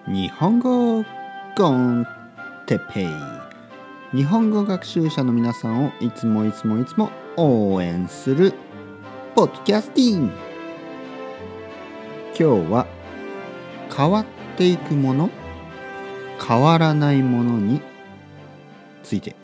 日本語コンテッペイ。日本語学習者の皆さんをいつも応援するポッドキャスティング。今日は変わっていくもの、変わらないものについて。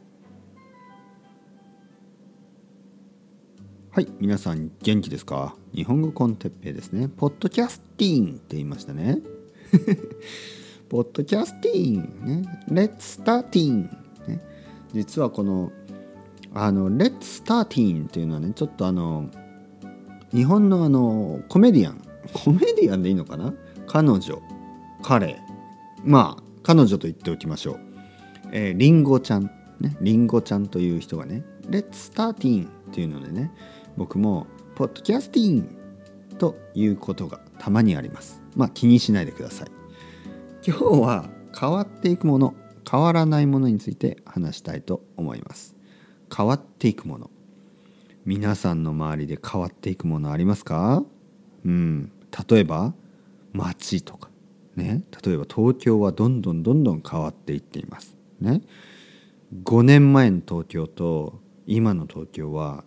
はい、皆さん元気ですか？日本語コンテッペイですね。ポッドキャスティングって言いましたね。ポッドキャスティングね。Let's starting、ね、実はこのLet's starting っていうのはね、ちょっと日本のコメディアンでいいのかな？彼女、彼、彼女と言っておきましょう。リンゴちゃんね、リンゴちゃんという人がね、Let's starting っていうのでね、僕もポッドキャスティングということがたまにあります。気にしないでください。今日は変わっていくもの、変わらないものについて話したいと思います。変わっていくもの、皆さんの周りで変わっていくものありますか？例えば街とかね、例えば東京はどんどん変わっていっていますね。5年前の東京と今の東京は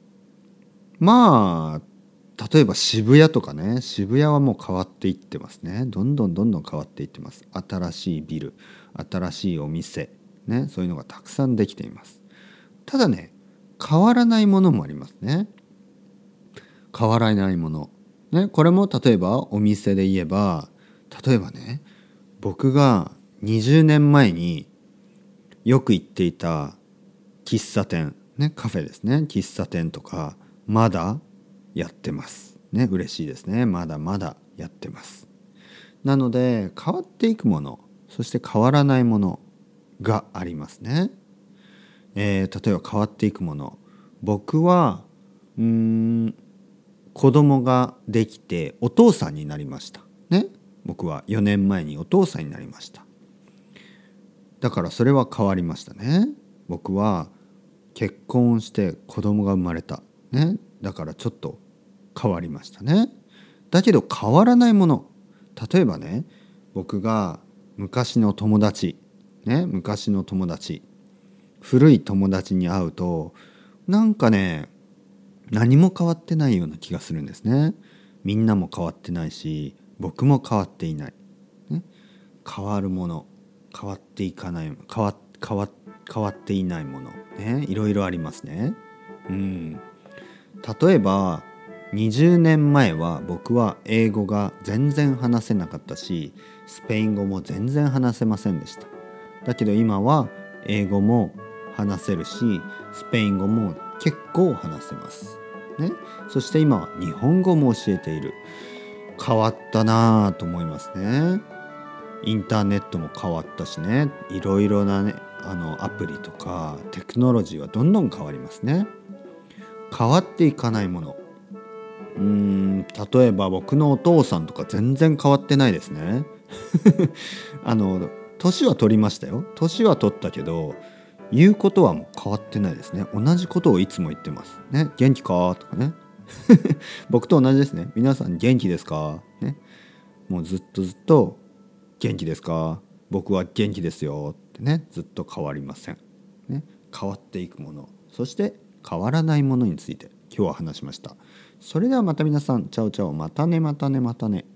例えば渋谷とかね、渋谷はもう変わっていってますね。どんどん変わっていってます。新しいビル、新しいお店ね、そういうのがたくさんできています。ただね、変わらないものもありますね。変わらないものね、これも例えばお店で言えば、例えばね、僕が20年前によく行っていた喫茶店ね、カフェですね、喫茶店とかまだやってますね。嬉しいですね。まだやってます。なので変わっていくもの、そして変わらないものがありますね。例えば変わっていくもの、僕は子供ができてお父さんになりましたね。僕は4年前にお父さんになりました。だからそれは変わりましたね。僕は結婚して子供が生まれたね。だからちょっと変わりましたね。だけど変わらないもの、例えばね、僕が昔の友達、古い友達に会うと、なんかね、何も変わってないような気がするんですね。みんなも変わってないし、僕も変わっていない、ね、変わるもの、変わっていかない、変わっていないものね、いろいろありますね。例えば20年前は僕は英語が全然話せなかったし、スペイン語も全然話せませんでした。だけど今は英語も話せるし、スペイン語も結構話せますね。そして今は日本語も教えている。変わったなぁと思いますね。インターネットも変わったしね、いろいろなね、アプリとかテクノロジーはどんどん変わりますね。変わっていかないもの、例えば僕のお父さんとか全然変わってないですね。年は取りましたよ。年は取ったけど言うことはもう変わってないですね。同じことをいつも言ってますね。元気かとかね。僕と同じですね。皆さん元気ですかね。もうずっと元気ですか、僕は元気ですよってね、ずっと変わりません、ね、変わっていくもの、そして変わらないものについて今日は話しました。それではまた皆さん、チャオチャオ、またね。